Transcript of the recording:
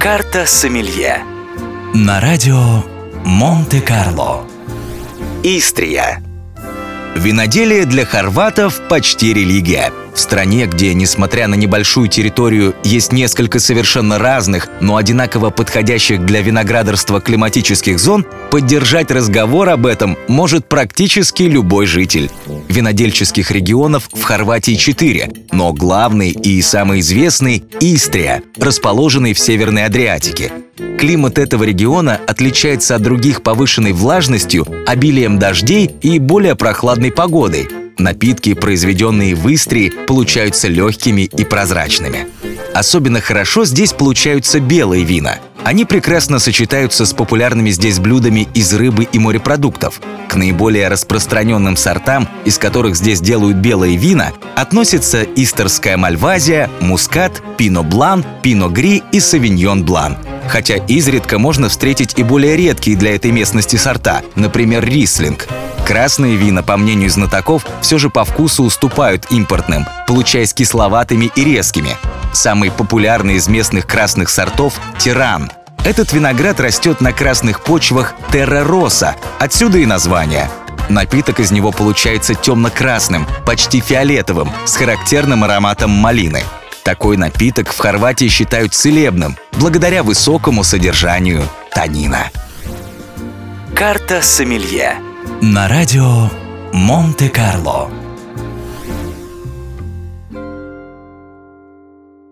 Карта сомелье. На радио Монте-Карло. Истрия. Виноделие для хорватов почти религия. В стране, где, несмотря на небольшую территорию, есть несколько совершенно разных, но одинаково подходящих для виноградарства климатических зон, поддержать разговор об этом может практически любой житель. Винодельческих регионов в Хорватии 4, но главный и самый известный – Истрия, расположенный в Северной Адриатике. Климат этого региона отличается от других повышенной влажностью, обилием дождей и более прохладной погодой. Напитки, произведенные в Истрии, получаются легкими и прозрачными. Особенно хорошо здесь получаются белые вина. Они прекрасно сочетаются с популярными здесь блюдами из рыбы и морепродуктов. К наиболее распространенным сортам, из которых здесь делают белые вина, относятся истерская мальвазия, мускат, пино блан, пино гри и савиньон блан. Хотя изредка можно встретить и более редкие для этой местности сорта, например, рислинг. Красные вина, по мнению знатоков, все же по вкусу уступают импортным, получаясь кисловатыми и резкими. Самый популярный из местных красных сортов – Тиран. Этот виноград растет на красных почвах Терра Роса, отсюда и название. Напиток из него получается темно-красным, почти фиолетовым, с характерным ароматом малины. Такой напиток в Хорватии считают целебным, благодаря высокому содержанию танина. Карта сомелье. На радио Монте-Карло.